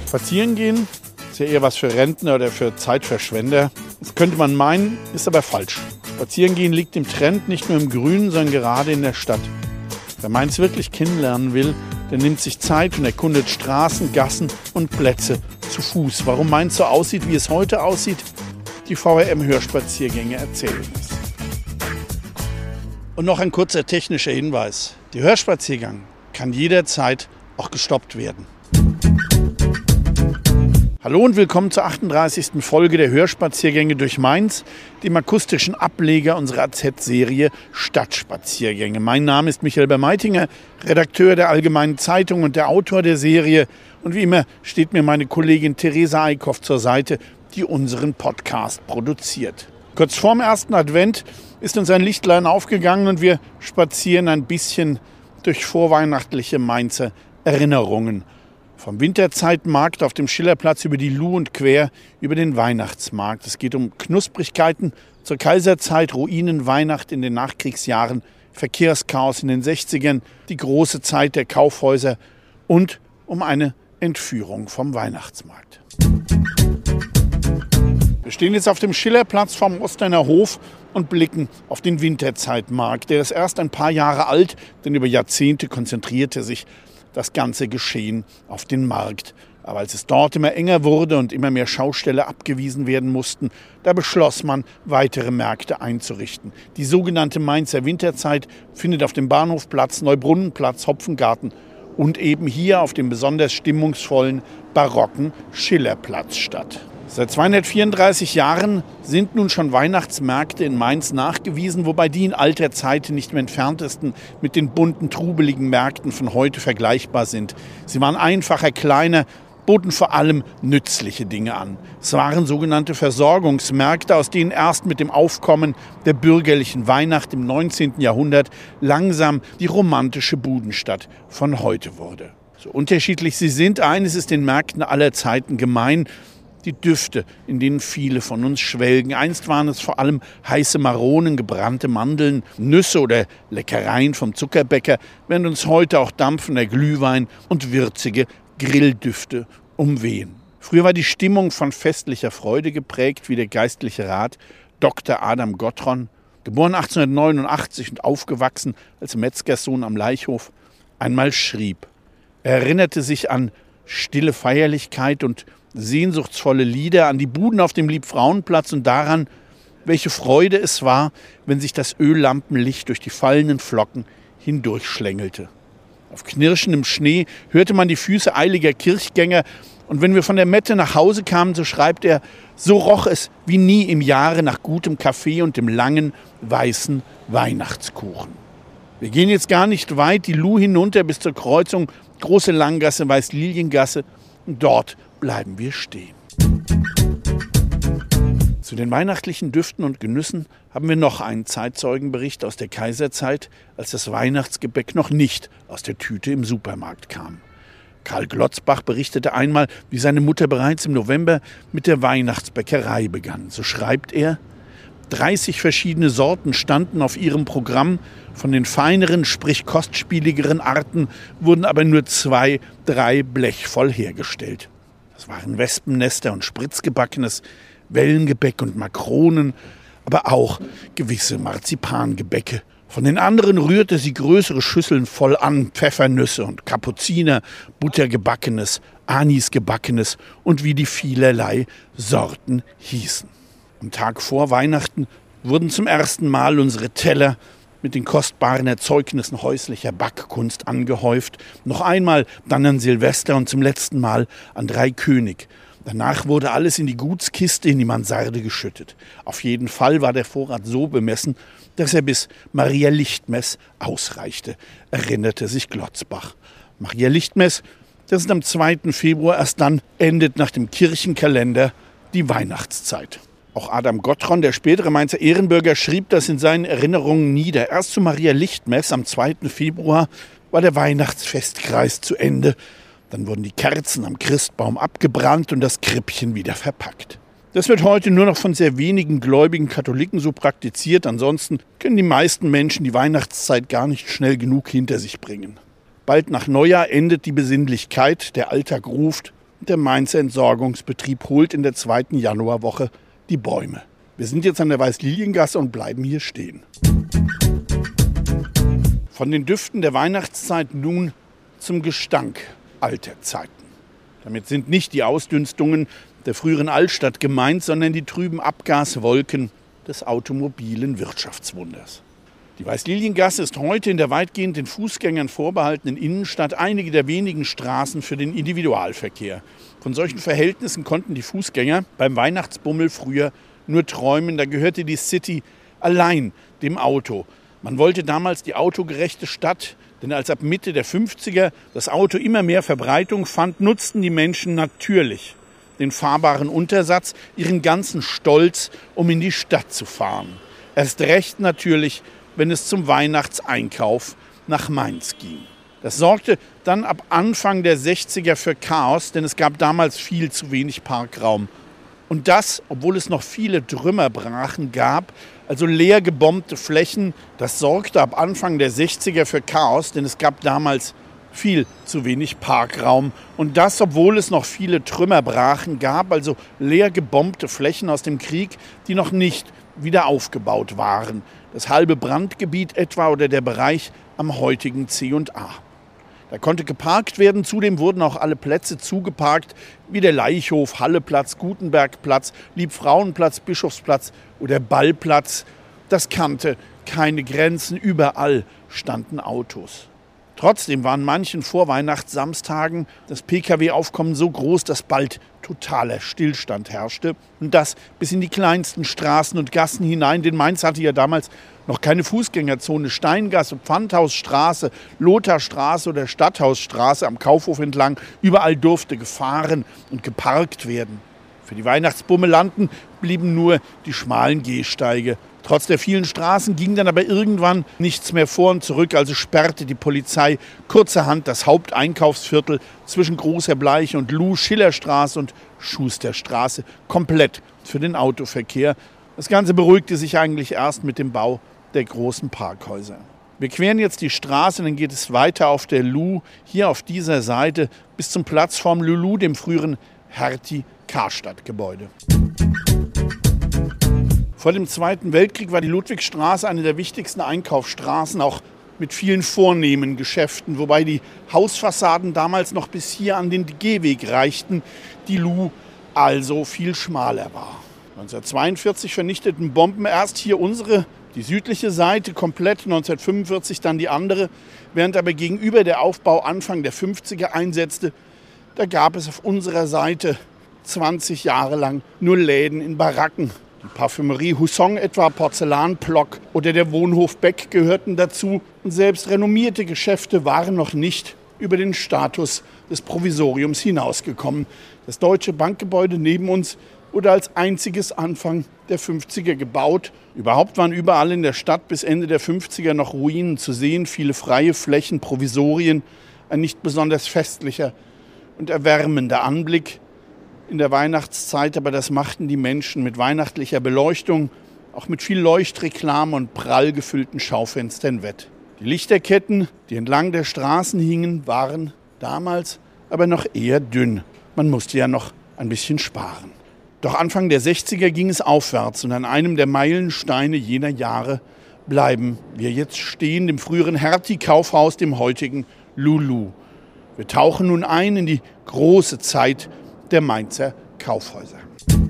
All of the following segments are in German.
Spazieren gehen ist ja eher was für Rentner oder für Zeitverschwender. Das könnte man meinen, ist aber falsch. Spazieren gehen liegt im Trend nicht nur im Grünen, sondern gerade in der Stadt. Wer Mainz wirklich kennenlernen will, der nimmt sich Zeit und erkundet Straßen, Gassen und Plätze zu Fuß. Warum Mainz so aussieht, wie es heute aussieht, die VRM-Hörspaziergänge erzählen es. Und noch ein kurzer technischer Hinweis. Der Hörspaziergang kann jederzeit auch gestoppt werden. Hallo und willkommen zur 38. Folge der Hörspaziergänge durch Mainz, dem akustischen Ableger unserer AZ-Serie Stadtspaziergänge. Mein Name ist Michael Bermeitinger, Redakteur der Allgemeinen Zeitung und der Autor der Serie. Und wie immer steht mir meine Kollegin Theresa Eickhoff zur Seite, die unseren Podcast produziert. Kurz vorm ersten Advent ist uns ein Lichtlein aufgegangen und wir spazieren ein bisschen durch vorweihnachtliche Mainzer Erinnerungen. Vom Winterzeitmarkt auf dem Schillerplatz über die Luh und quer über den Weihnachtsmarkt. Es geht um Knusprigkeiten zur Kaiserzeit, Ruinenweihnacht in den Nachkriegsjahren, Verkehrschaos in den 60ern, die große Zeit der Kaufhäuser und um eine Entführung vom Weihnachtsmarkt. Wir stehen jetzt auf dem Schillerplatz vom Osterner Hof und blicken auf den Winterzeitmarkt. Der ist erst ein paar Jahre alt, denn über Jahrzehnte konzentrierte sich das ganze Geschehen auf den Markt. Aber als es dort immer enger wurde und immer mehr Schausteller abgewiesen werden mussten, da beschloss man, weitere Märkte einzurichten. Die sogenannte Mainzer Winterzeit findet auf dem Bahnhofplatz, Neubrunnenplatz, Hopfengarten und eben hier auf dem besonders stimmungsvollen, barocken Schillerplatz statt. Seit 234 Jahren sind nun schon Weihnachtsmärkte in Mainz nachgewiesen, wobei die in alter Zeit nicht im entferntesten mit den bunten, trubeligen Märkten von heute vergleichbar sind. Sie waren einfacher, kleiner, boten vor allem nützliche Dinge an. Es waren sogenannte Versorgungsmärkte, aus denen erst mit dem Aufkommen der bürgerlichen Weihnacht im 19. Jahrhundert langsam die romantische Budenstadt von heute wurde. So unterschiedlich sie sind, eines ist den Märkten aller Zeiten gemein: die Düfte, in denen viele von uns schwelgen. Einst waren es vor allem heiße Maronen, gebrannte Mandeln, Nüsse oder Leckereien vom Zuckerbäcker, während uns heute auch dampfender Glühwein und würzige Grilldüfte umwehen. Früher war die Stimmung von festlicher Freude geprägt, wie der geistliche Rat Dr. Adam Gottron, geboren 1889 und aufgewachsen als Metzgerssohn am Laichhof, einmal schrieb. Er erinnerte sich an stille Feierlichkeit und sehnsuchtsvolle Lieder, an die Buden auf dem Liebfrauenplatz und daran, welche Freude es war, wenn sich das Öllampenlicht durch die fallenden Flocken hindurchschlängelte. Auf knirschendem Schnee hörte man die Füße eiliger Kirchgänger, und wenn wir von der Mette nach Hause kamen, so schreibt er, so roch es wie nie im Jahre nach gutem Kaffee und dem langen, weißen Weihnachtskuchen. Wir gehen jetzt gar nicht weit die Luh hinunter bis zur Kreuzung Große Langgasse, Weißliliengasse, und dort bleiben wir stehen. Zu den weihnachtlichen Düften und Genüssen haben wir noch einen Zeitzeugenbericht aus der Kaiserzeit, als das Weihnachtsgebäck noch nicht aus der Tüte im Supermarkt kam. Karl Glotzbach berichtete einmal, wie seine Mutter bereits im November mit der Weihnachtsbäckerei begann. So schreibt er: 30 verschiedene Sorten standen auf ihrem Programm. Von den feineren, sprich kostspieligeren Arten wurden aber nur 2, 3 Blech voll hergestellt. Das waren Wespennester und Spritzgebackenes, Wellengebäck und Makronen, aber auch gewisse Marzipangebäcke. Von den anderen rührte sie größere Schüsseln voll an, Pfeffernüsse und Kapuziner, Buttergebackenes, Anisgebackenes und wie die vielerlei Sorten hießen. Am Tag vor Weihnachten wurden zum ersten Mal unsere Teller mit den kostbaren Erzeugnissen häuslicher Backkunst angehäuft. Noch einmal, dann an Silvester und zum letzten Mal an Dreikönig. Danach wurde alles in die Gutskiste in die Mansarde geschüttet. Auf jeden Fall war der Vorrat so bemessen, dass er bis Maria Lichtmess ausreichte, erinnerte sich Glotzbach. Maria Lichtmess, das ist am 2. Februar, erst dann endet nach dem Kirchenkalender die Weihnachtszeit. Auch Adam Gottron, der spätere Mainzer Ehrenbürger, schrieb das in seinen Erinnerungen nieder. Erst zu Maria Lichtmess am 2. Februar war der Weihnachtsfestkreis zu Ende. Dann wurden die Kerzen am Christbaum abgebrannt und das Krippchen wieder verpackt. Das wird heute nur noch von sehr wenigen gläubigen Katholiken so praktiziert. Ansonsten können die meisten Menschen die Weihnachtszeit gar nicht schnell genug hinter sich bringen. Bald nach Neujahr endet die Besinnlichkeit, der Alltag ruft Der Mainzer Entsorgungsbetrieb holt in der 2. Januarwoche die Bäume. Wir sind jetzt an der Weißliliengasse und bleiben hier stehen. Von den Düften der Weihnachtszeit nun zum Gestank alter Zeiten. Damit sind nicht die Ausdünstungen der früheren Altstadt gemeint, sondern die trüben Abgaswolken des automobilen Wirtschaftswunders. Die Weißliliengasse ist heute in der weitgehend den Fußgängern vorbehaltenen Innenstadt einige der wenigen Straßen für den Individualverkehr. Von solchen Verhältnissen konnten die Fußgänger beim Weihnachtsbummel früher nur träumen. Da gehörte die City allein dem Auto. Man wollte damals die autogerechte Stadt, denn als ab Mitte der 50er das Auto immer mehr Verbreitung fand, nutzten die Menschen natürlich den fahrbaren Untersatz, ihren ganzen Stolz, um in die Stadt zu fahren. Erst recht natürlich, wenn es zum Weihnachtseinkauf nach Mainz ging. Das sorgte dann ab Anfang der 60er für Chaos, denn es gab damals viel zu wenig Parkraum. Und das, obwohl es noch viele Trümmerbrachen gab, also leer gebombte Flächen, das sorgte ab Anfang der 60er für Chaos, denn es gab damals viel zu wenig Parkraum. Und das, obwohl es noch viele Trümmerbrachen gab, also leer gebombte Flächen aus dem Krieg, die noch nicht wieder aufgebaut waren. Das halbe Brandgebiet etwa oder der Bereich am heutigen C&A. Da konnte geparkt werden, zudem wurden auch alle Plätze zugeparkt, wie der Laichhof, Halleplatz, Gutenbergplatz, Liebfrauenplatz, Bischofsplatz oder Ballplatz. Das kannte keine Grenzen, überall standen Autos. Trotzdem war an manchen Vorweihnachtssamstagen das Pkw-Aufkommen so groß, dass bald totaler Stillstand herrschte. Und das bis in die kleinsten Straßen und Gassen hinein. Denn Mainz hatte ja damals noch keine Fußgängerzone. Steingasse, Pfandhausstraße, Lotharstraße oder Stadthausstraße am Kaufhof entlang. Überall durfte gefahren und geparkt werden. Für die Weihnachtsbummelanten blieben nur die schmalen Gehsteige. Trotz der vielen Straßen ging dann aber irgendwann nichts mehr vor und zurück, also sperrte die Polizei kurzerhand das Haupteinkaufsviertel zwischen Großer Bleiche und Luh, Schillerstraße und Schusterstraße komplett für den Autoverkehr. Das Ganze beruhigte sich eigentlich erst mit dem Bau der großen Parkhäuser. Wir queren jetzt die Straße, dann geht es weiter auf der Luh, hier auf dieser Seite, bis zum Platz vorm Lulu, dem früheren Hertie-Karstadt-Gebäude. Vor dem Zweiten Weltkrieg war die Ludwigstraße eine der wichtigsten Einkaufsstraßen, auch mit vielen vornehmen Geschäften, wobei die Hausfassaden damals noch bis hier an den Gehweg reichten, die Luh also viel schmaler war. 1942 vernichteten Bomben erst hier die südliche Seite komplett, 1945 dann die andere, während aber gegenüber der Aufbau Anfang der 50er einsetzte. Da gab es auf unserer Seite 20 Jahre lang nur Läden in Baracken. Die Parfümerie Husson etwa, Porzellanblock oder der Wohnhof Beck gehörten dazu. Und selbst renommierte Geschäfte waren noch nicht über den Status des Provisoriums hinausgekommen. Das Deutsche Bankgebäude neben uns wurde als einziges Anfang der 50er gebaut. Überhaupt waren überall in der Stadt bis Ende der 50er noch Ruinen zu sehen, viele freie Flächen, Provisorien, ein nicht besonders festlicher und erwärmender Anblick in der Weihnachtszeit, aber das machten die Menschen mit weihnachtlicher Beleuchtung, auch mit viel Leuchtreklame und prall gefüllten Schaufenstern wett. Die Lichterketten, die entlang der Straßen hingen, waren damals aber noch eher dünn. Man musste ja noch ein bisschen sparen. Doch Anfang der 60er ging es aufwärts und an einem der Meilensteine jener Jahre bleiben wir jetzt stehen, dem früheren Hertie-Kaufhaus, dem heutigen Lulu. Wir tauchen nun ein in die große Zeit der Mainzer Kaufhäuser.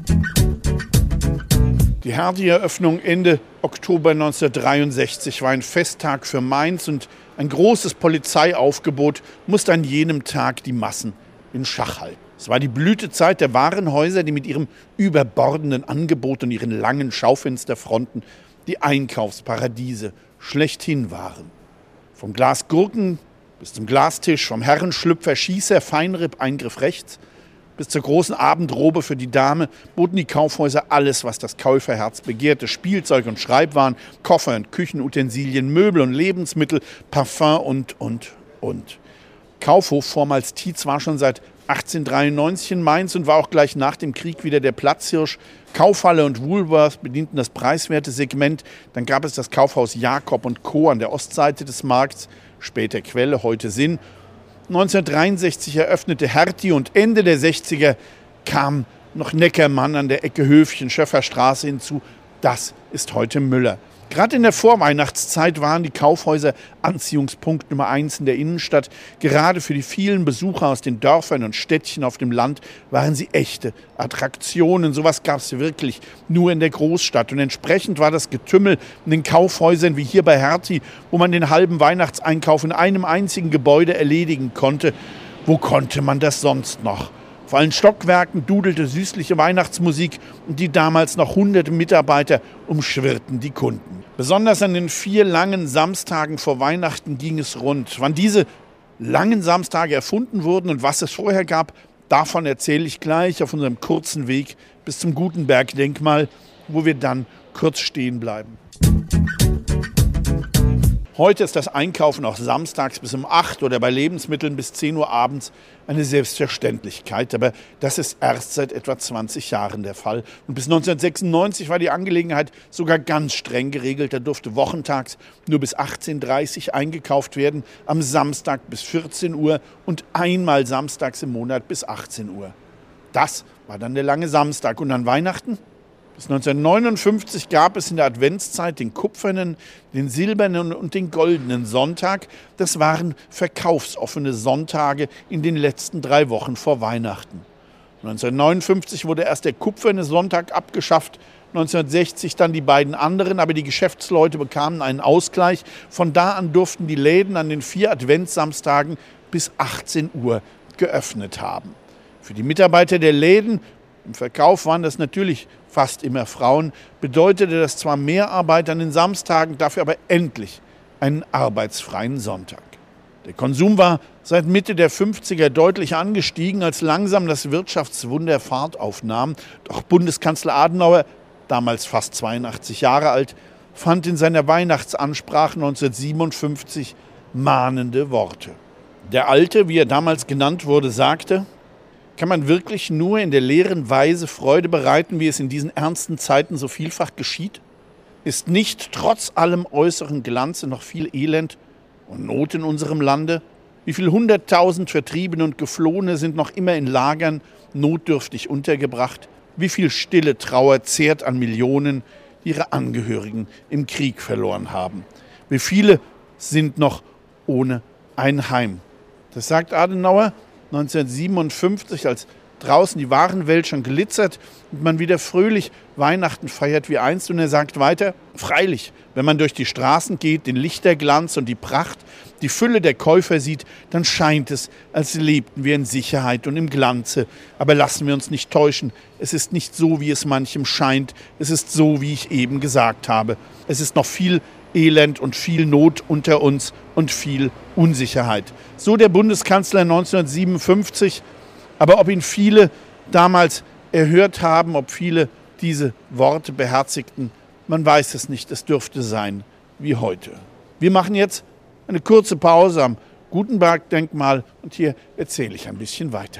Die Hertie-Eröffnung Ende Oktober 1963 war ein Festtag für Mainz und ein großes Polizeiaufgebot musste an jenem Tag die Massen in Schach halten. Es war die Blütezeit der Warenhäuser, die mit ihrem überbordenden Angebot und ihren langen Schaufensterfronten die Einkaufsparadiese schlechthin waren. Vom Glas Gurken bis zum Glastisch, vom Herrenschlüpfer, Schießer, Feinripp, Eingriff rechts bis zur großen Abendrobe für die Dame boten die Kaufhäuser alles, was das Käuferherz begehrte. Spielzeug und Schreibwaren, Koffer und Küchenutensilien, Möbel und Lebensmittel, Parfum und. Kaufhof, vormals Tietz, war schon seit 1893 in Mainz und war auch gleich nach dem Krieg wieder der Platzhirsch. Kaufhalle und Woolworth bedienten das preiswerte Segment. Dann gab es das Kaufhaus Jakob & Co. an der Ostseite des Markts, später Quelle, heute Sinn. 1963 eröffnete Hertie und Ende der 60er kam noch Neckermann an der Ecke Höfchen-Schöfferstraße hinzu. Das ist heute Müller. Gerade in der Vorweihnachtszeit waren die Kaufhäuser Anziehungspunkt Nummer 1 in der Innenstadt. Gerade für die vielen Besucher aus den Dörfern und Städtchen auf dem Land waren sie echte Attraktionen. Sowas gab es wirklich nur in der Großstadt. Und entsprechend war das Getümmel in den Kaufhäusern wie hier bei Hertie, wo man den halben Weihnachtseinkauf in einem einzigen Gebäude erledigen konnte. Wo konnte man das sonst noch? Vor allen Stockwerken dudelte süßliche Weihnachtsmusik und die damals noch hunderte Mitarbeiter umschwirrten die Kunden. Besonders an den 4 langen Samstagen vor Weihnachten ging es rund. Wann diese langen Samstage erfunden wurden und was es vorher gab, davon erzähle ich gleich auf unserem kurzen Weg bis zum Gutenberg-Denkmal, wo wir dann kurz stehen bleiben. Heute ist das Einkaufen auch samstags bis um 8 oder bei Lebensmitteln bis 10 Uhr abends eine Selbstverständlichkeit. Aber das ist erst seit etwa 20 Jahren der Fall. Und bis 1996 war die Angelegenheit sogar ganz streng geregelt. Da durfte wochentags nur bis 18:30 Uhr eingekauft werden, am Samstag bis 14 Uhr und einmal samstags im Monat bis 18 Uhr. Das war dann der lange Samstag. Und an Weihnachten? Bis 1959 gab es in der Adventszeit den kupfernen, den silbernen und den goldenen Sonntag. Das waren verkaufsoffene Sonntage in den letzten 3 Wochen vor Weihnachten. 1959 wurde erst der kupferne Sonntag abgeschafft, 1960 dann die beiden anderen, aber die Geschäftsleute bekamen einen Ausgleich. Von da an durften die Läden an den 4 Adventssamstagen bis 18 Uhr geöffnet haben. Für die Mitarbeiter der Läden, im Verkauf waren das natürlich fast immer Frauen, bedeutete das zwar mehr Arbeit an den Samstagen, dafür aber endlich einen arbeitsfreien Sonntag. Der Konsum war seit Mitte der 50er deutlich angestiegen, als langsam das Wirtschaftswunder Fahrt aufnahm. Doch Bundeskanzler Adenauer, damals fast 82 Jahre alt, fand in seiner Weihnachtsansprache 1957 mahnende Worte. Der Alte, wie er damals genannt wurde, sagte: Kann man wirklich nur in der leeren Weise Freude bereiten, wie es in diesen ernsten Zeiten so vielfach geschieht? Ist nicht trotz allem äußeren Glanze noch viel Elend und Not in unserem Lande? Wie viel 100.000 Vertriebene und Geflohene sind noch immer in Lagern notdürftig untergebracht? Wie viel stille Trauer zehrt an Millionen, die ihre Angehörigen im Krieg verloren haben? Wie viele sind noch ohne ein Heim? Das sagt Adenauer 1957, als draußen die Warenwelt schon glitzert und man wieder fröhlich Weihnachten feiert wie einst. Und er sagt weiter: Freilich, wenn man durch die Straßen geht, den Lichterglanz und die Pracht, die Fülle der Käufer sieht, dann scheint es, als lebten wir in Sicherheit und im Glanze. Aber lassen wir uns nicht täuschen, es ist nicht so, wie es manchem scheint. Es ist so, wie ich eben gesagt habe. Es ist noch viel Elend und viel Not unter uns und viel Unsicherheit. So der Bundeskanzler 1957. Aber ob ihn viele damals erhört haben, ob viele diese Worte beherzigten, man weiß es nicht. Es dürfte sein wie heute. Wir machen jetzt eine kurze Pause am Gutenberg-Denkmal und hier erzähle ich ein bisschen weiter.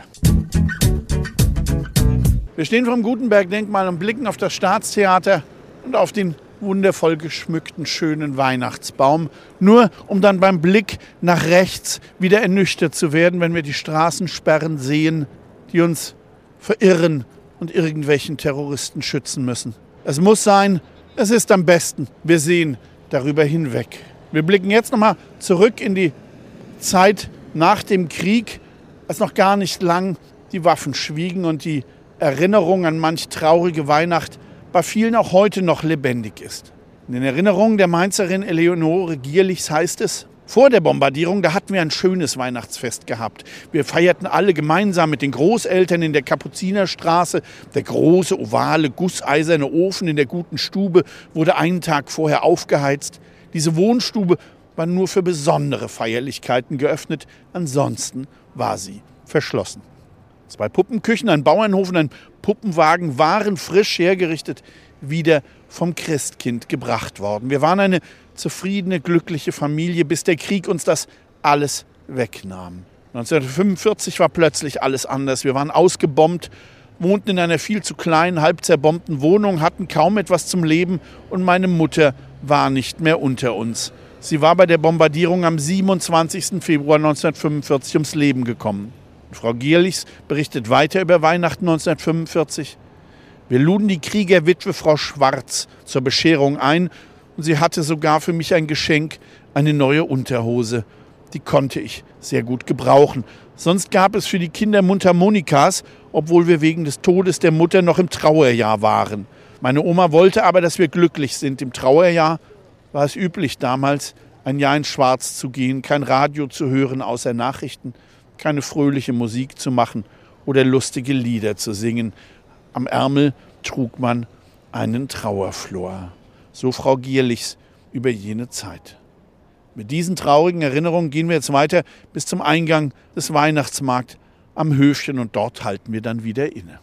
Wir stehen vor dem Gutenberg-Denkmal und blicken auf das Staatstheater und auf den wundervoll geschmückten, schönen Weihnachtsbaum. Nur um dann beim Blick nach rechts wieder ernüchtert zu werden, wenn wir die Straßensperren sehen, die uns verirren und irgendwelchen Terroristen schützen müssen. Es muss sein, es ist am besten. Wir sehen darüber hinweg. Wir blicken jetzt nochmal zurück in die Zeit nach dem Krieg, als noch gar nicht lang die Waffen schwiegen und die Erinnerung an manch traurige Weihnacht bei vielen auch heute noch lebendig ist. In den Erinnerungen der Mainzerin Eleonore Gierlichs heißt es: Vor der Bombardierung, da hatten wir ein schönes Weihnachtsfest gehabt. Wir feierten alle gemeinsam mit den Großeltern in der Kapuzinerstraße. Der große, ovale, gusseiserne Ofen in der guten Stube wurde einen Tag vorher aufgeheizt. Diese Wohnstube war nur für besondere Feierlichkeiten geöffnet. Ansonsten war sie verschlossen. 2 Puppenküchen, ein Bauernhof und ein Puppenwagen waren frisch hergerichtet wieder vom Christkind gebracht worden. Wir waren eine zufriedene, glückliche Familie, bis der Krieg uns das alles wegnahm. 1945 war plötzlich alles anders. Wir waren ausgebombt, wohnten in einer viel zu kleinen, halb zerbombten Wohnung, hatten kaum etwas zum Leben und meine Mutter war nicht mehr unter uns. Sie war bei der Bombardierung am 27. Februar 1945 ums Leben gekommen. Frau Gierlichs berichtet weiter über Weihnachten 1945. Wir luden die Kriegerwitwe Frau Schwarz zur Bescherung ein und sie hatte sogar für mich ein Geschenk, eine neue Unterhose. Die konnte ich sehr gut gebrauchen. Sonst gab es für die Kinder Mundharmonikas, obwohl wir wegen des Todes der Mutter noch im Trauerjahr waren. Meine Oma wollte aber, dass wir glücklich sind. Im Trauerjahr war es üblich damals, ein Jahr in Schwarz zu gehen, kein Radio zu hören außer Nachrichten, keine fröhliche Musik zu machen oder lustige Lieder zu singen. Am Ärmel trug man einen Trauerflor. So Frau Gierlichs über jene Zeit. Mit diesen traurigen Erinnerungen gehen wir jetzt weiter bis zum Eingang des Weihnachtsmarkts am Höfchen und dort halten wir dann wieder inne.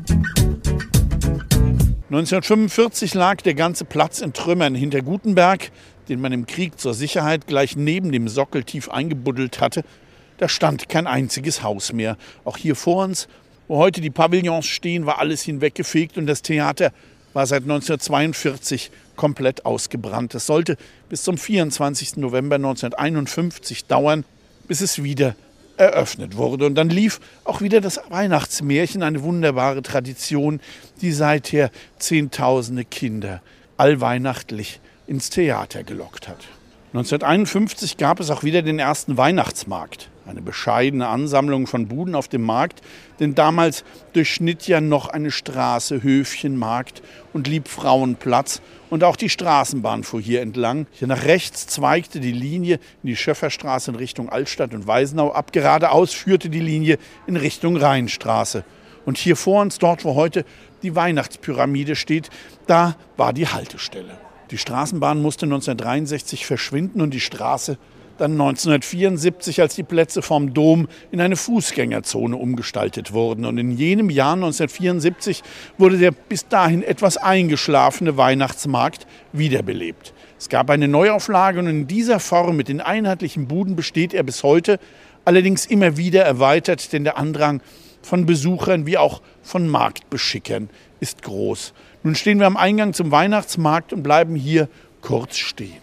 1945 lag der ganze Platz in Trümmern hinter Gutenberg, den man im Krieg zur Sicherheit gleich neben dem Sockel tief eingebuddelt hatte. Da stand kein einziges Haus mehr. Auch hier vor uns, wo heute die Pavillons stehen, war alles hinweggefegt und das Theater war seit 1942 komplett ausgebrannt. Es sollte bis zum 24. November 1951 dauern, bis es wieder eröffnet wurde. Und dann lief auch wieder das Weihnachtsmärchen, eine wunderbare Tradition, die seither Zehntausende Kinder allweihnachtlich ins Theater gelockt hat. 1951 gab es auch wieder den ersten Weihnachtsmarkt. Eine bescheidene Ansammlung von Buden auf dem Markt, denn damals durchschnitt ja noch eine Straße Höfchen, Markt und Liebfrauenplatz. Und auch die Straßenbahn fuhr hier entlang. Hier nach rechts zweigte die Linie in die Schöfferstraße in Richtung Altstadt und Weisenau ab. Geradeaus führte die Linie in Richtung Rheinstraße. Und hier vor uns, dort wo heute die Weihnachtspyramide steht, da war die Haltestelle. Die Straßenbahn musste 1963 verschwinden und die Straße dann 1974, als die Plätze vom Dom in eine Fußgängerzone umgestaltet wurden. Und in jenem Jahr 1974 wurde der bis dahin etwas eingeschlafene Weihnachtsmarkt wiederbelebt. Es gab eine Neuauflage und in dieser Form mit den einheitlichen Buden besteht er bis heute, allerdings immer wieder erweitert, denn der Andrang von Besuchern wie auch von Marktbeschickern ist groß. Nun stehen wir am Eingang zum Weihnachtsmarkt und bleiben hier kurz stehen.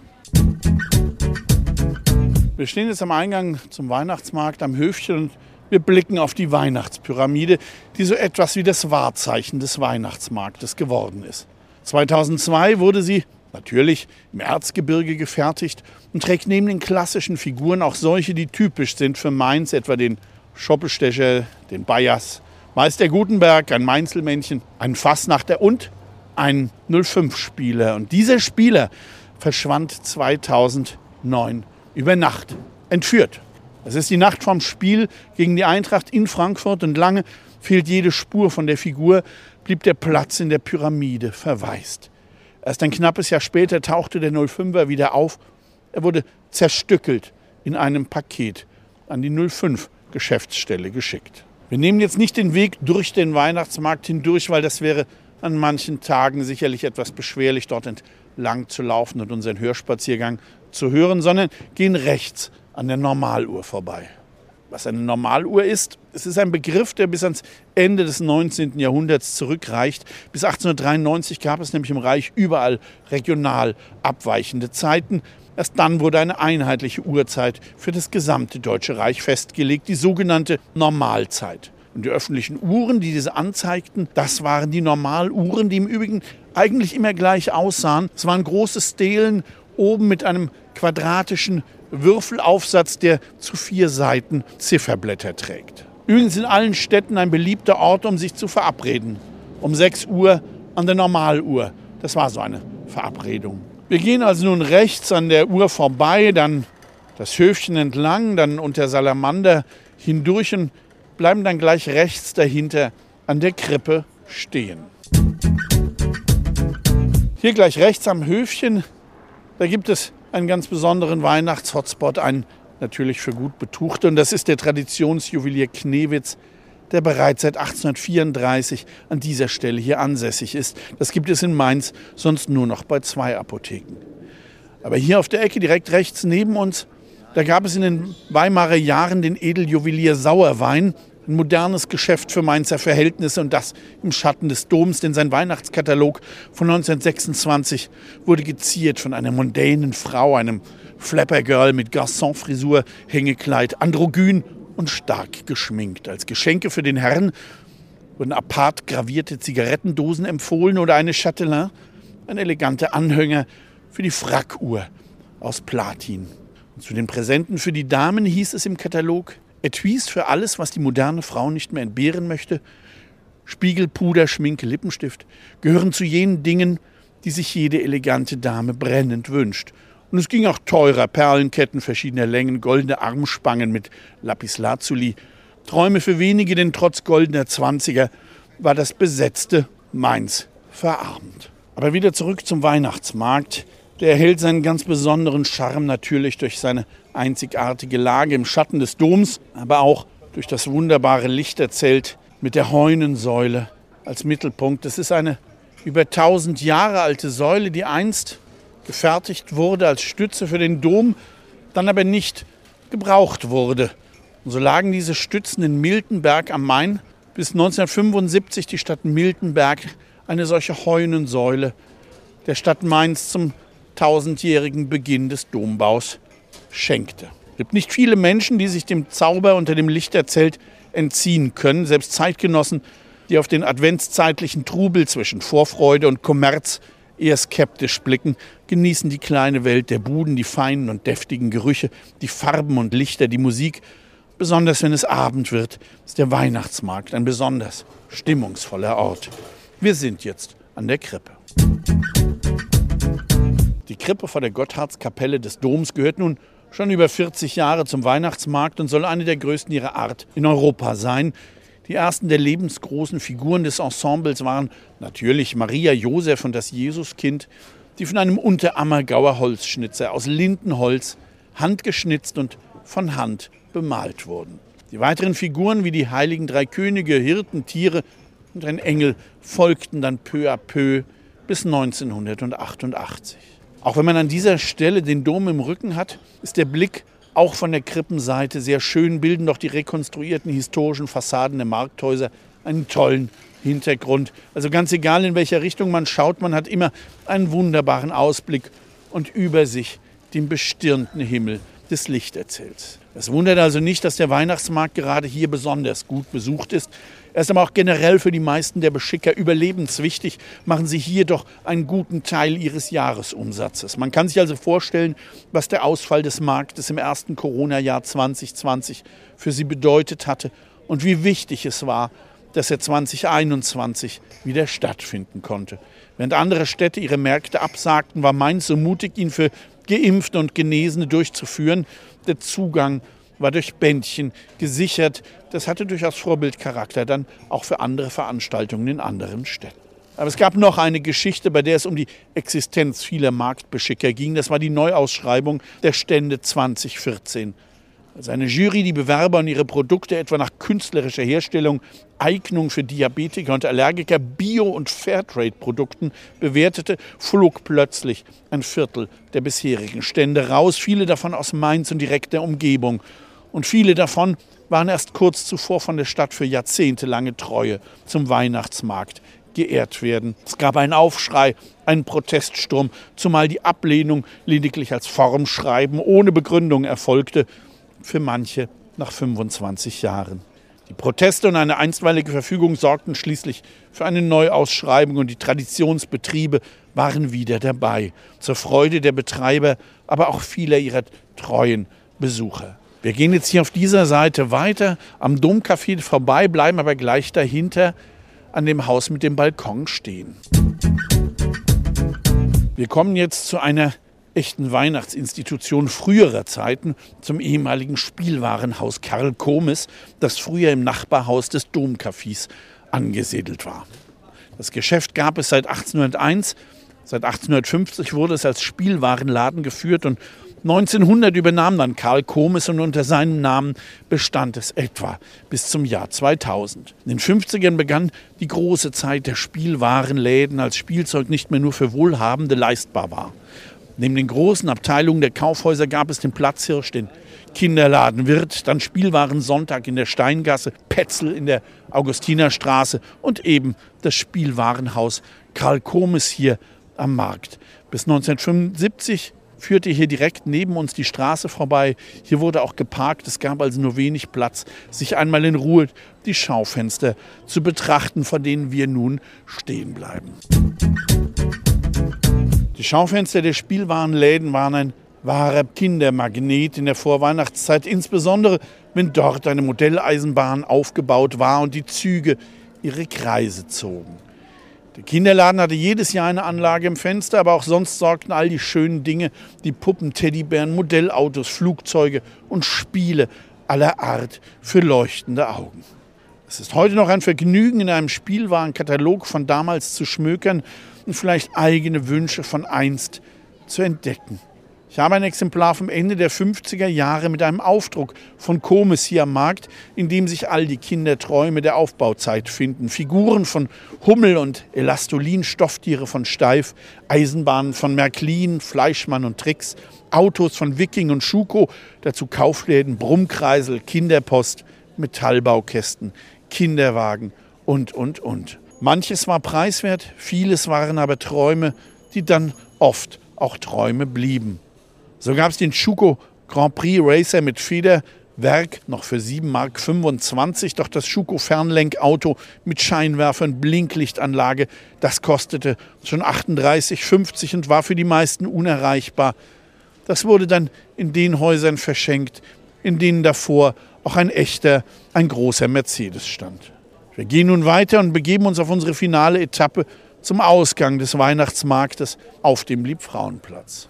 Wir stehen jetzt am Eingang zum Weihnachtsmarkt am Höfchen und wir blicken auf die Weihnachtspyramide, die so etwas wie das Wahrzeichen des Weihnachtsmarktes geworden ist. 2002 wurde sie natürlich im Erzgebirge gefertigt und trägt neben den klassischen Figuren auch solche, die typisch sind für Mainz, etwa den Schoppestecher, den Bayers, Meister Gutenberg, ein Mainzelmännchen, ein Fassnachter und ein 05-Spieler. Und dieser Spieler verschwand 2009 über Nacht, entführt. Es ist die Nacht vom Spiel gegen die Eintracht in Frankfurt und lange fehlt jede Spur von der Figur, blieb der Platz in der Pyramide verwaist. Erst ein knappes Jahr später tauchte der 05er wieder auf. Er wurde zerstückelt in einem Paket an die 05-Geschäftsstelle geschickt. Wir nehmen jetzt nicht den Weg durch den Weihnachtsmarkt hindurch, weil das wäre an manchen Tagen sicherlich etwas beschwerlich, dort entlang zu laufen und unseren Hörspaziergang zu hören, sondern gehen rechts an der Normaluhr vorbei. Was eine Normaluhr ist, es ist ein Begriff, der bis ans Ende des 19. Jahrhunderts zurückreicht. Bis 1893 gab es nämlich im Reich überall regional abweichende Zeiten. Erst dann wurde eine einheitliche Uhrzeit für das gesamte Deutsche Reich festgelegt, die sogenannte Normalzeit. Und die öffentlichen Uhren, die diese anzeigten, das waren die Normaluhren, die im Übrigen eigentlich immer gleich aussahen. Es waren große Stelen oben mit einem quadratischen Würfelaufsatz, der zu 4 Seiten Zifferblätter trägt. Übrigens in allen Städten ein beliebter Ort, um sich zu verabreden. Um 6 Uhr an der Normaluhr. Das war so eine Verabredung. Wir gehen also nun rechts an der Uhr vorbei, dann das Höfchen entlang, dann unter Salamander hindurch und bleiben dann gleich rechts dahinter an der Krippe stehen. Hier gleich rechts am Höfchen, da gibt es einen ganz besonderen Weihnachtshotspot, einen natürlich für gut Betuchte. Und das ist der Traditionsjuwelier Knewitz, der bereits seit 1834 an dieser Stelle hier ansässig ist. Das gibt es in Mainz sonst nur noch bei 2 Apotheken. Aber hier auf der Ecke direkt rechts neben uns, da gab es in den Weimarer Jahren den Edeljuwelier Sauerwein. Ein modernes Geschäft für Mainzer Verhältnisse und das im Schatten des Doms, denn sein Weihnachtskatalog von 1926 wurde geziert von einer mondänen Frau, einem Flapper-Girl mit Garçon-Frisur, Hängekleid, androgyn und stark geschminkt. Als Geschenke für den Herrn wurden apart gravierte Zigarettendosen empfohlen oder eine Chatelain, ein eleganter Anhänger für die Frackuhr aus Platin. Und zu den Präsenten für die Damen hieß es im Katalog: Etuis für alles, was die moderne Frau nicht mehr entbehren möchte. Spiegel, Puder, Schminke, Lippenstift gehören zu jenen Dingen, die sich jede elegante Dame brennend wünscht. Und es ging auch teurer: Perlenketten verschiedener Längen, goldene Armspangen mit Lapislazuli. Träume für wenige, denn trotz goldener Zwanziger war das besetzte Mainz verarmt. Aber wieder zurück zum Weihnachtsmarkt. Der erhält seinen ganz besonderen Charme natürlich durch seine einzigartige Lage im Schatten des Doms, aber auch durch das wunderbare Lichterzelt mit der Heunensäule als Mittelpunkt. Das ist eine über 1000 Jahre alte Säule, die einst gefertigt wurde als Stütze für den Dom, dann aber nicht gebraucht wurde. Und so lagen diese Stützen in Miltenberg am Main, bis 1975 die Stadt Miltenberg eine solche Heunensäule der Stadt Mainz zum 1000-jährigen Beginn des Dombaus schenkte. Es gibt nicht viele Menschen, die sich dem Zauber unter dem Lichterzelt entziehen können. Selbst Zeitgenossen, die auf den adventszeitlichen Trubel zwischen Vorfreude und Kommerz eher skeptisch blicken, genießen die kleine Welt der Buden, die feinen und deftigen Gerüche, die Farben und Lichter, die Musik. Besonders wenn es Abend wird, ist der Weihnachtsmarkt ein besonders stimmungsvoller Ort. Wir sind jetzt an der Krippe. Die Krippe vor der Gotthardskapelle des Doms gehört nun schon über 40 Jahre zum Weihnachtsmarkt und soll eine der größten ihrer Art in Europa sein. Die ersten der lebensgroßen Figuren des Ensembles waren natürlich Maria, Josef und das Jesuskind, die von einem Unterammergauer Holzschnitzer aus Lindenholz handgeschnitzt und von Hand bemalt wurden. Die weiteren Figuren wie die heiligen drei Könige, Hirten, Tiere und ein Engel folgten dann peu à peu bis 1988. Auch wenn man an dieser Stelle den Dom im Rücken hat, ist der Blick auch von der Krippenseite sehr schön, bilden doch die rekonstruierten historischen Fassaden der Markthäuser einen tollen Hintergrund. Also ganz egal, in welcher Richtung man schaut, man hat immer einen wunderbaren Ausblick und über sich den bestirnten Himmel des Lichterzelts. Es wundert also nicht, dass der Weihnachtsmarkt gerade hier besonders gut besucht ist. Er ist aber auch generell für die meisten der Beschicker überlebenswichtig, machen sie hier doch einen guten Teil ihres Jahresumsatzes. Man kann sich also vorstellen, was der Ausfall des Marktes im ersten Corona-Jahr 2020 für sie bedeutet hatte und wie wichtig es war, dass er 2021 wieder stattfinden konnte. Während andere Städte ihre Märkte absagten, war Mainz so mutig, ihn für Geimpfte und Genesene durchzuführen. Der Zugang war durch Bändchen gesichert. Das hatte durchaus Vorbildcharakter dann auch für andere Veranstaltungen in anderen Städten. Aber es gab noch eine Geschichte, bei der es um die Existenz vieler Marktbeschicker ging. Das war die Neuausschreibung der Stände 2014. Als eine Jury die Bewerber und ihre Produkte etwa nach künstlerischer Herstellung, Eignung für Diabetiker und Allergiker, Bio- und Fairtrade-Produkten bewertete, flog plötzlich ein Viertel der bisherigen Stände raus. Viele davon aus Mainz und direkter Umgebung. Und viele davon waren erst kurz zuvor von der Stadt für jahrzehntelange Treue zum Weihnachtsmarkt geehrt werden. Es gab einen Aufschrei, einen Proteststurm, zumal die Ablehnung lediglich als Formschreiben ohne Begründung erfolgte. Für manche nach 25 Jahren. Die Proteste und eine einstweilige Verfügung sorgten schließlich für eine Neuausschreibung und die Traditionsbetriebe waren wieder dabei. Zur Freude der Betreiber, aber auch vieler ihrer treuen Besucher. Wir gehen jetzt hier auf dieser Seite weiter, am Domcafé vorbei, bleiben aber gleich dahinter an dem Haus mit dem Balkon stehen. Wir kommen jetzt zu einer echten Weihnachtsinstitution früherer Zeiten, zum ehemaligen Spielwarenhaus Karl Komis, das früher im Nachbarhaus des Domcafés angesiedelt war. Das Geschäft gab es seit 1801, seit 1850 wurde es als Spielwarenladen geführt und 1900 übernahm dann Karl Komis und unter seinem Namen bestand es etwa bis zum Jahr 2000. In den 50ern begann die große Zeit der Spielwarenläden, als Spielzeug nicht mehr nur für Wohlhabende leistbar war. Neben den großen Abteilungen der Kaufhäuser gab es den Platzhirsch, den Kinderladen Wirt, dann Spielwaren Sonntag in der Steingasse, Petzl in der Augustinerstraße und eben das Spielwarenhaus Karl Komes hier am Markt. Bis 1975 führte hier direkt neben uns die Straße vorbei. Hier wurde auch geparkt. Es gab also nur wenig Platz, sich einmal in Ruhe die Schaufenster zu betrachten, vor denen wir nun stehen bleiben. Die Schaufenster der Spielwarenläden waren ein wahrer Kindermagnet in der Vorweihnachtszeit, insbesondere wenn dort eine Modelleisenbahn aufgebaut war und die Züge ihre Kreise zogen. Der Kinderladen hatte jedes Jahr eine Anlage im Fenster, aber auch sonst sorgten all die schönen Dinge, die Puppen, Teddybären, Modellautos, Flugzeuge und Spiele aller Art für leuchtende Augen. Es ist heute noch ein Vergnügen, in einem Spielwarenkatalog von damals zu schmökern und vielleicht eigene Wünsche von einst zu entdecken. Ich habe ein Exemplar vom Ende der 50er Jahre mit einem Aufdruck von Komes hier am Markt, in dem sich all die Kinderträume der Aufbauzeit finden. Figuren von Hummel und Elastolin, Stofftiere von Steif, Eisenbahnen von Märklin, Fleischmann und Trix, Autos von Wiking und Schuko, dazu Kaufläden, Brummkreisel, Kinderpost, Metallbaukästen, Kinderwagen und. Manches war preiswert, vieles waren aber Träume, die dann oft auch Träume blieben. So gab es den Schuko Grand Prix Racer mit Federwerk, noch für 7,25 Mark, doch das Schuko Fernlenkauto mit Scheinwerfer und Blinklichtanlage, das kostete schon 38,50 und war für die meisten unerreichbar. Das wurde dann in den Häusern verschenkt, in denen davor auch ein großer Mercedes stand. Wir gehen nun weiter und begeben uns auf unsere finale Etappe zum Ausgang des Weihnachtsmarktes auf dem Liebfrauenplatz.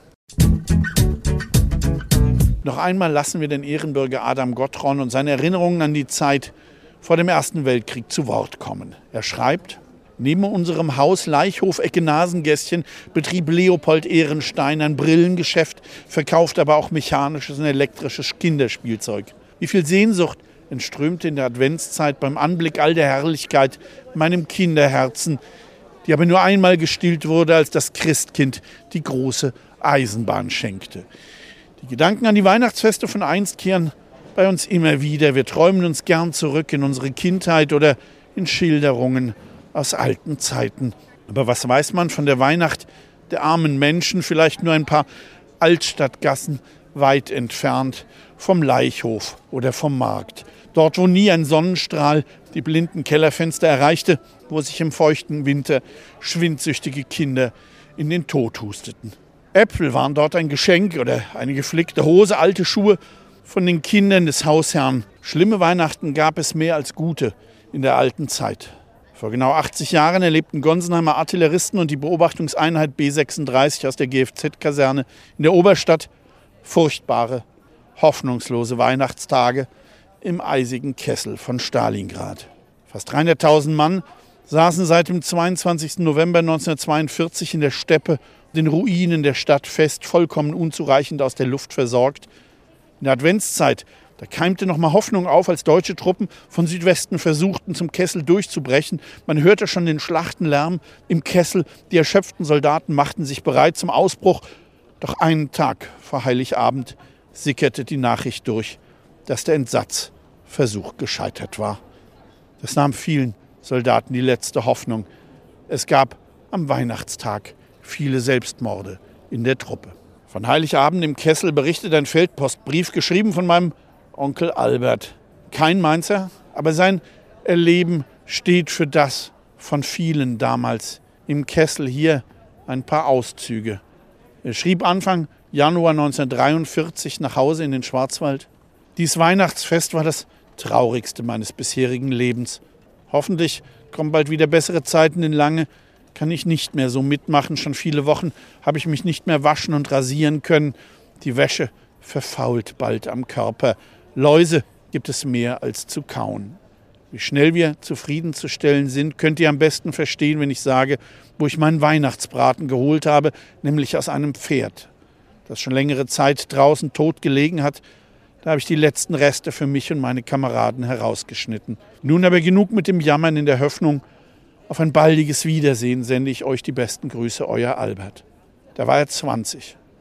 Noch einmal lassen wir den Ehrenbürger Adam Gottron und seine Erinnerungen an die Zeit vor dem Ersten Weltkrieg zu Wort kommen. Er schreibt: Neben unserem Haus Leichhof Ecke Nasengässchen betrieb Leopold Ehrenstein ein Brillengeschäft, verkauft aber auch mechanisches und elektrisches Kinderspielzeug. Wie viel Sehnsucht entströmte in der Adventszeit beim Anblick all der Herrlichkeit meinem Kinderherzen, die aber nur einmal gestillt wurde, als das Christkind die große Eisenbahn schenkte. Die Gedanken an die Weihnachtsfeste von einst kehren bei uns immer wieder. Wir träumen uns gern zurück in unsere Kindheit oder in Schilderungen aus alten Zeiten. Aber was weiß man von der Weihnacht der armen Menschen? Vielleicht nur ein paar Altstadtgassen weit entfernt vom Leichhof oder vom Markt. Dort, wo nie ein Sonnenstrahl die blinden Kellerfenster erreichte, wo sich im feuchten Winter schwindsüchtige Kinder in den Tod husteten. Äpfel waren dort ein Geschenk oder eine geflickte Hose, alte Schuhe von den Kindern des Hausherrn. Schlimme Weihnachten gab es mehr als gute in der alten Zeit. Vor genau 80 Jahren erlebten Gonsenheimer Artilleristen und die Beobachtungseinheit B36 aus der GFZ-Kaserne in der Oberstadt furchtbare, hoffnungslose Weihnachtstage im eisigen Kessel von Stalingrad. Fast 300.000 Mann saßen seit dem 22. November 1942 in der Steppe, den Ruinen der Stadt fest, vollkommen unzureichend aus der Luft versorgt. In der Adventszeit, da keimte noch mal Hoffnung auf, als deutsche Truppen von Südwesten versuchten, zum Kessel durchzubrechen. Man hörte schon den Schlachtenlärm im Kessel. Die erschöpften Soldaten machten sich bereit zum Ausbruch. Doch einen Tag vor Heiligabend sickerte die Nachricht durch, dass der Entsatzversuch gescheitert war. Das nahm vielen Soldaten die letzte Hoffnung. Es gab am Weihnachtstag viele Selbstmorde in der Truppe. Von Heiligabend im Kessel berichtet ein Feldpostbrief, geschrieben von meinem Onkel Albert. Kein Mainzer, aber sein Erleben steht für das von vielen damals im Kessel. Hier ein paar Auszüge. Er schrieb Anfang Januar 1943 nach Hause in den Schwarzwald: Dies Weihnachtsfest war das traurigste meines bisherigen Lebens. Hoffentlich kommen bald wieder bessere Zeiten, denn lange kann ich nicht mehr so mitmachen. Schon viele Wochen habe ich mich nicht mehr waschen und rasieren können. Die Wäsche verfault bald am Körper. Läuse gibt es mehr als zu kauen. Wie schnell wir zufriedenzustellen sind, könnt ihr am besten verstehen, wenn ich sage, wo ich meinen Weihnachtsbraten geholt habe, nämlich aus einem Pferd, das schon längere Zeit draußen tot gelegen hat. Da habe ich die letzten Reste für mich und meine Kameraden herausgeschnitten. Nun aber genug mit dem Jammern. In der Hoffnung auf ein baldiges Wiedersehen sende ich euch die besten Grüße, euer Albert. Da war er 20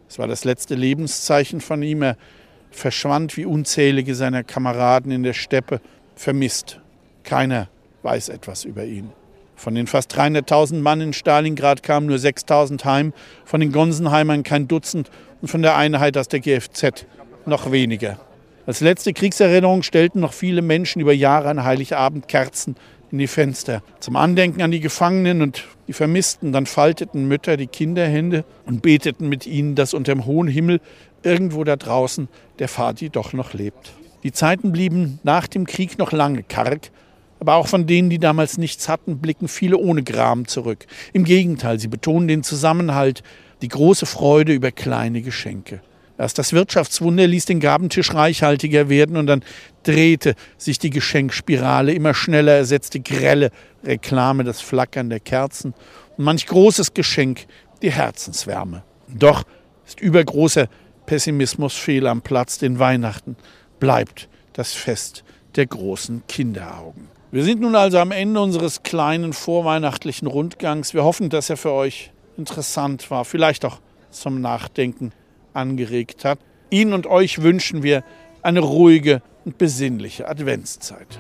Es war das letzte Lebenszeichen von ihm. Er verschwand wie unzählige seiner Kameraden in der Steppe, vermisst. Keiner weiß etwas über ihn. Von den fast 300.000 Mann in Stalingrad kamen nur 6.000 heim, von den Gonsenheimern kein Dutzend und von der Einheit aus der GFZ noch weniger. Als letzte Kriegserinnerung stellten noch viele Menschen über Jahre an Heiligabend Kerzen in die Fenster. Zum Andenken an die Gefangenen und die Vermissten. Dann falteten Mütter die Kinderhände und beteten mit ihnen, dass unter dem hohen Himmel irgendwo da draußen der Vati doch noch lebt. Die Zeiten blieben nach dem Krieg noch lange karg. Aber auch von denen, die damals nichts hatten, blicken viele ohne Gram zurück. Im Gegenteil, sie betonen den Zusammenhalt, die große Freude über kleine Geschenke. Erst das Wirtschaftswunder ließ den Gabentisch reichhaltiger werden und dann drehte sich die Geschenkspirale immer schneller, ersetzte grelle Reklame das Flackern der Kerzen und manch großes Geschenk die Herzenswärme. Doch ist übergroßer Pessimismus fehl am Platz, denn Weihnachten bleibt das Fest der großen Kinderaugen. Wir sind nun also am Ende unseres kleinen vorweihnachtlichen Rundgangs. Wir hoffen, dass er für euch interessant war, vielleicht auch zum Nachdenken angeregt hat. Ihnen und euch wünschen wir eine ruhige und besinnliche Adventszeit.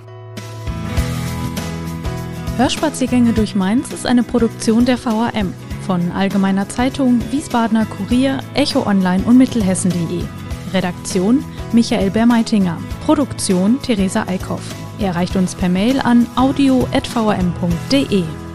Hörspaziergänge durch Mainz ist eine Produktion der VRM von Allgemeiner Zeitung, Wiesbadener Kurier, Echo Online und Mittelhessen.de. Redaktion Michael Bermeitinger. Produktion Theresa Eickhoff. Ihr erreicht uns per Mail an audio@vrm.de.